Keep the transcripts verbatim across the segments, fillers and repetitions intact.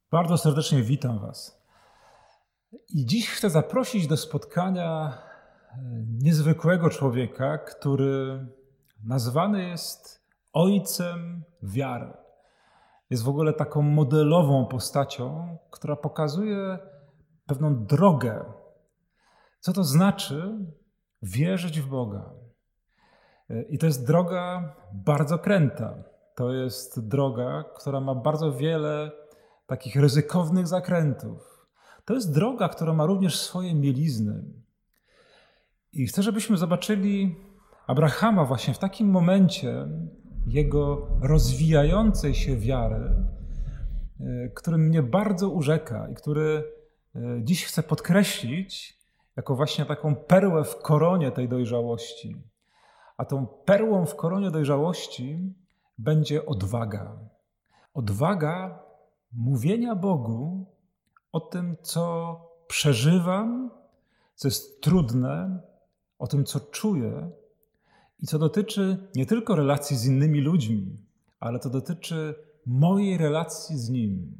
Bardzo serdecznie witam Was. I dziś chcę zaprosić do spotkania niezwykłego człowieka, który nazwany jest ojcem wiary. Jest w ogóle taką modelową postacią, która pokazuje pewną drogę. Co to znaczy wierzyć w Boga? I to jest droga bardzo kręta. To jest droga, która ma bardzo wiele takich ryzykownych zakrętów. To jest droga, która ma również swoje mielizny. I chcę, żebyśmy zobaczyli Abrahama właśnie w takim momencie jego rozwijającej się wiary, który mnie bardzo urzeka i który dziś chcę podkreślić jako właśnie taką perłę w koronie tej dojrzałości. A tą perłą w koronie dojrzałości będzie odwaga. Odwaga mówienia Bogu o tym, co przeżywam, co jest trudne, o tym, co czuję i co dotyczy nie tylko relacji z innymi ludźmi, ale to dotyczy mojej relacji z Nim.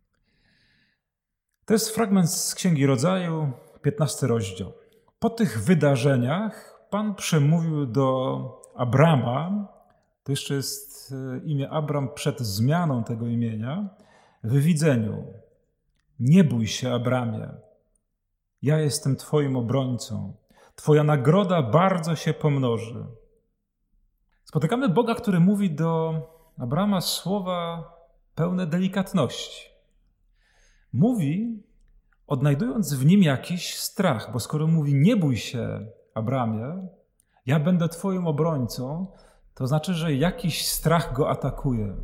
To jest fragment z Księgi Rodzaju, piętnasty rozdział. Po tych wydarzeniach Pan przemówił do Abrama, to jeszcze jest imię Abram przed zmianą tego imienia, w widzeniu. Nie bój się, Abramie, ja jestem Twoim obrońcą. Twoja nagroda bardzo się pomnoży. Spotykamy Boga, który mówi do Abrama słowa pełne delikatności. Mówi, odnajdując w nim jakiś strach, bo skoro mówi nie bój się, Abramie, ja będę Twoim obrońcą, to znaczy, że jakiś strach go atakuje.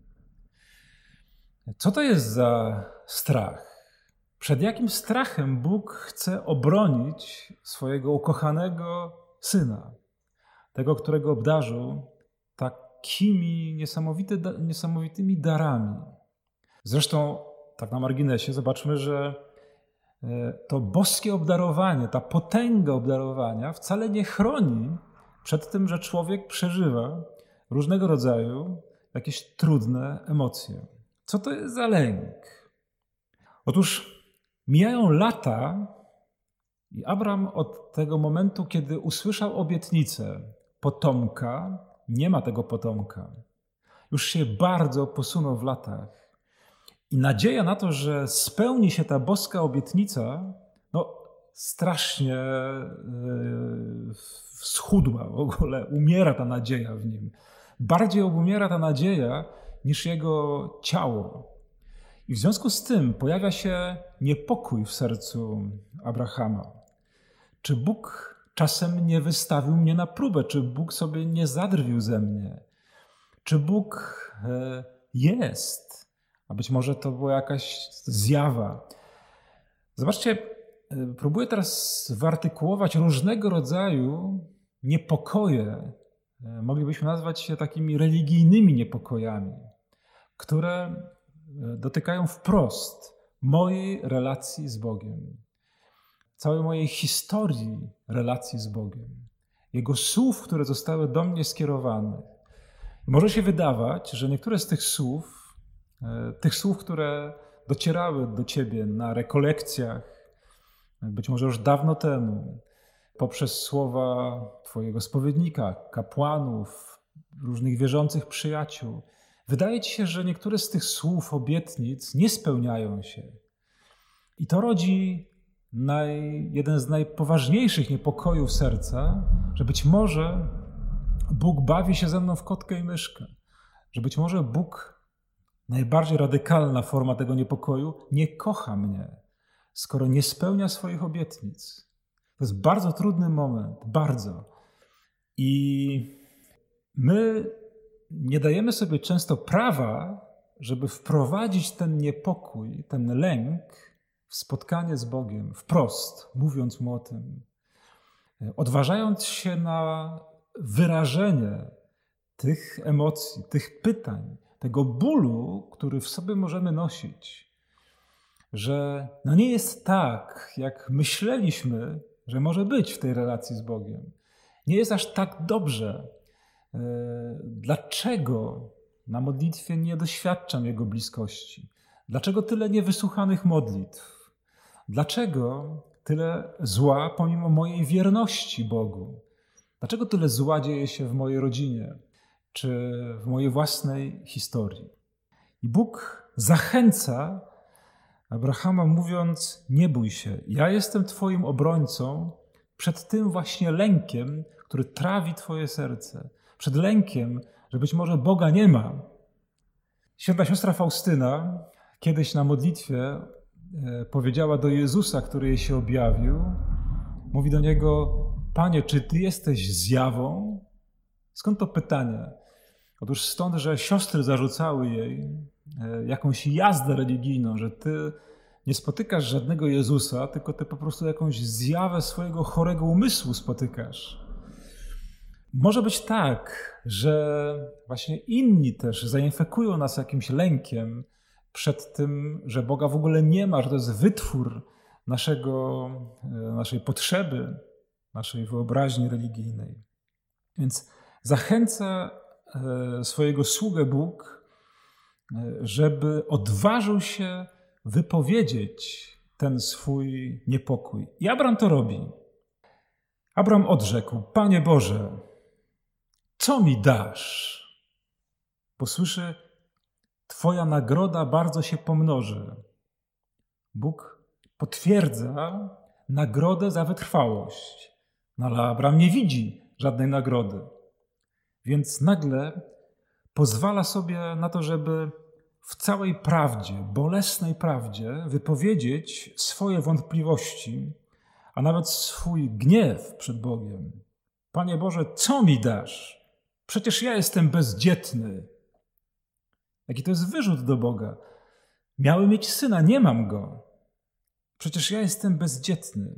Co to jest za strach? Przed jakim strachem Bóg chce obronić swojego ukochanego Syna? Tego, którego obdarzył takimi niesamowity, niesamowitymi darami. Zresztą, tak na marginesie, zobaczmy, że to boskie obdarowanie, ta potęga obdarowania wcale nie chroni przed tym, że człowiek przeżywa różnego rodzaju jakieś trudne emocje. Co to jest za lęk? Otóż mijają lata i Abram od tego momentu, kiedy usłyszał obietnicę potomka, nie ma tego potomka. Już się bardzo posunął w latach. I nadzieja na to, że spełni się ta boska obietnica, no strasznie yy, schudła w ogóle, umiera ta nadzieja w nim. Bardziej obumiera ta nadzieja niż jego ciało. I w związku z tym pojawia się niepokój w sercu Abrahama. Czy Bóg czasem nie wystawił mnie na próbę? Czy Bóg sobie nie zadrwił ze mnie? Czy Bóg yy, jest? A być może to była jakaś zjawa. Zobaczcie, próbuję teraz wyartykułować różnego rodzaju niepokoje. Moglibyśmy nazwać je takimi religijnymi niepokojami, które dotykają wprost mojej relacji z Bogiem, całej mojej historii relacji z Bogiem, Jego słów, które zostały do mnie skierowane. Może się wydawać, że niektóre z tych słów, tych słów, które docierały do Ciebie na rekolekcjach, być może już dawno temu, poprzez słowa Twojego spowiednika, kapłanów, różnych wierzących przyjaciół. Wydaje Ci się, że niektóre z tych słów, obietnic nie spełniają się. I to rodzi naj, jeden z najpoważniejszych niepokojów serca, że być może Bóg bawi się ze mną w kotkę i myszkę, że być może Bóg, najbardziej radykalna forma tego niepokoju, nie kocha mnie, skoro nie spełnia swoich obietnic. To jest bardzo trudny moment, bardzo. I my nie dajemy sobie często prawa, żeby wprowadzić ten niepokój, ten lęk w spotkanie z Bogiem, wprost, mówiąc Mu o tym. Odważając się na wyrażenie tych emocji, tych pytań, tego bólu, który w sobie możemy nosić. Że no nie jest tak, jak myśleliśmy, że może być w tej relacji z Bogiem. Nie jest aż tak dobrze. Dlaczego na modlitwie nie doświadczam Jego bliskości? Dlaczego tyle niewysłuchanych modlitw? Dlaczego tyle zła pomimo mojej wierności Bogu? Dlaczego tyle zła dzieje się w mojej rodzinie czy w mojej własnej historii? I Bóg zachęca Abrahama mówiąc: nie bój się, ja jestem twoim obrońcą przed tym właśnie lękiem, który trawi twoje serce. Przed lękiem, że być może Boga nie ma. Święta siostra Faustyna kiedyś na modlitwie powiedziała do Jezusa, który jej się objawił, mówi do Niego: Panie, czy Ty jesteś zjawą? Skąd to pytanie? Otóż stąd, że siostry zarzucały jej jakąś jazdę religijną, że Ty nie spotykasz żadnego Jezusa, tylko Ty po prostu jakąś zjawę swojego chorego umysłu spotykasz. Może być tak, że właśnie inni też zainfekują nas jakimś lękiem przed tym, że Boga w ogóle nie ma, że to jest wytwór naszego, naszej potrzeby, naszej wyobraźni religijnej. Więc zachęca swojego sługę Bóg, żeby odważył się wypowiedzieć ten swój niepokój. I Abram to robi. Abram odrzekł: Panie Boże, co mi dasz? Bo słyszy: Twoja nagroda bardzo się pomnoży. Bóg potwierdza nagrodę za wytrwałość. No ale Abram nie widzi żadnej nagrody. Więc nagle pozwala sobie na to, żeby w całej prawdzie, bolesnej prawdzie wypowiedzieć swoje wątpliwości, a nawet swój gniew przed Bogiem. Panie Boże, co mi dasz? Przecież ja jestem bezdzietny. Jaki to jest wyrzut do Boga? Miałem mieć syna, nie mam go. Przecież ja jestem bezdzietny.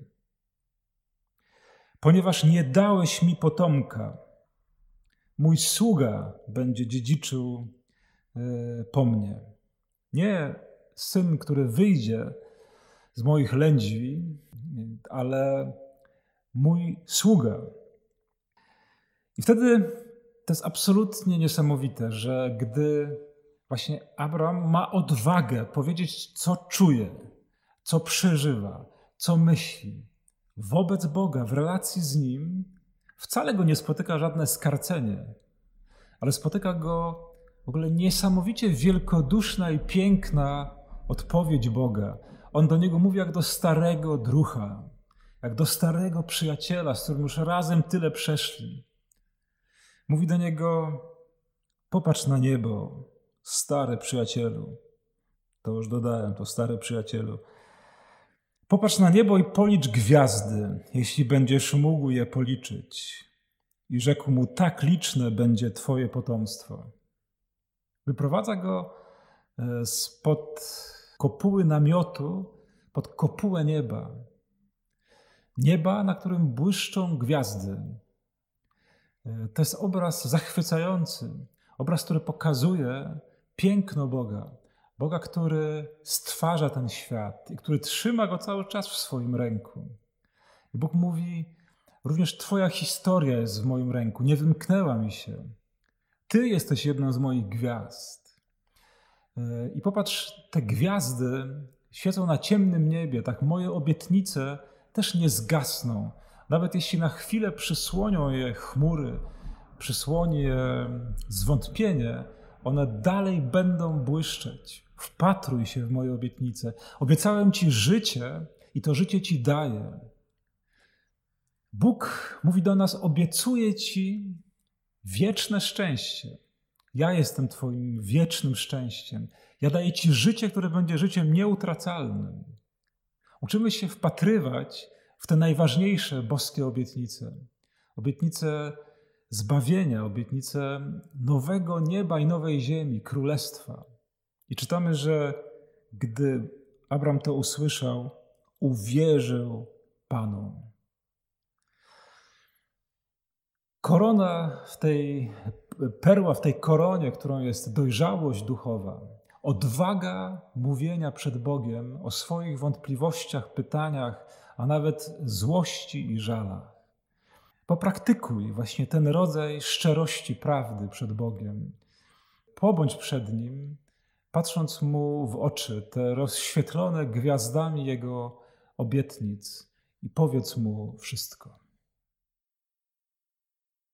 Ponieważ nie dałeś mi potomka, mój sługa będzie dziedziczył po mnie. Nie syn, który wyjdzie z moich lędźwi, ale mój sługa. I wtedy to jest absolutnie niesamowite, że gdy właśnie Abram ma odwagę powiedzieć, co czuje, co przeżywa, co myśli wobec Boga, w relacji z Nim, wcale go nie spotyka żadne skarcenie, ale spotyka go w ogóle niesamowicie wielkoduszna i piękna odpowiedź Boga. On do niego mówi jak do starego druha, jak do starego przyjaciela, z którym już razem tyle przeszli. Mówi do niego: popatrz na niebo, stary przyjacielu. To już dodałem, to stary przyjacielu. Popatrz na niebo i policz gwiazdy, jeśli będziesz mógł je policzyć. I rzekł mu: tak liczne będzie twoje potomstwo. Wyprowadza go spod kopuły namiotu, pod kopułę nieba. Nieba, na którym błyszczą gwiazdy. To jest obraz zachwycający. Obraz, który pokazuje piękno Boga. Boga, który stwarza ten świat i który trzyma go cały czas w swoim ręku. I Bóg mówi: również twoja historia jest w moim ręku, nie wymknęła mi się. Ty jesteś jedną z moich gwiazd. I popatrz, te gwiazdy świecą na ciemnym niebie, tak moje obietnice też nie zgasną. Nawet jeśli na chwilę przysłonią je chmury, przysłoni je zwątpienie, one dalej będą błyszczeć. Wpatruj się w moje obietnice. Obiecałem ci życie i to życie ci daję. Bóg mówi do nas: obiecuję ci wieczne szczęście. Ja jestem twoim wiecznym szczęściem. Ja daję ci życie, które będzie życiem nieutracalnym. Uczymy się wpatrywać w te najważniejsze boskie obietnice. Obietnice zbawienia, obietnice nowego nieba i nowej ziemi, królestwa. I czytamy, że gdy Abram to usłyszał, uwierzył Panu. Korona w tej, perła w tej koronie, którą jest dojrzałość duchowa, odwaga mówienia przed Bogiem o swoich wątpliwościach, pytaniach, a nawet złości i żalach. Popraktykuj właśnie ten rodzaj szczerości prawdy przed Bogiem. Pobądź przed Nim patrząc mu w oczy, te rozświetlone gwiazdami jego obietnic i powiedz mu wszystko.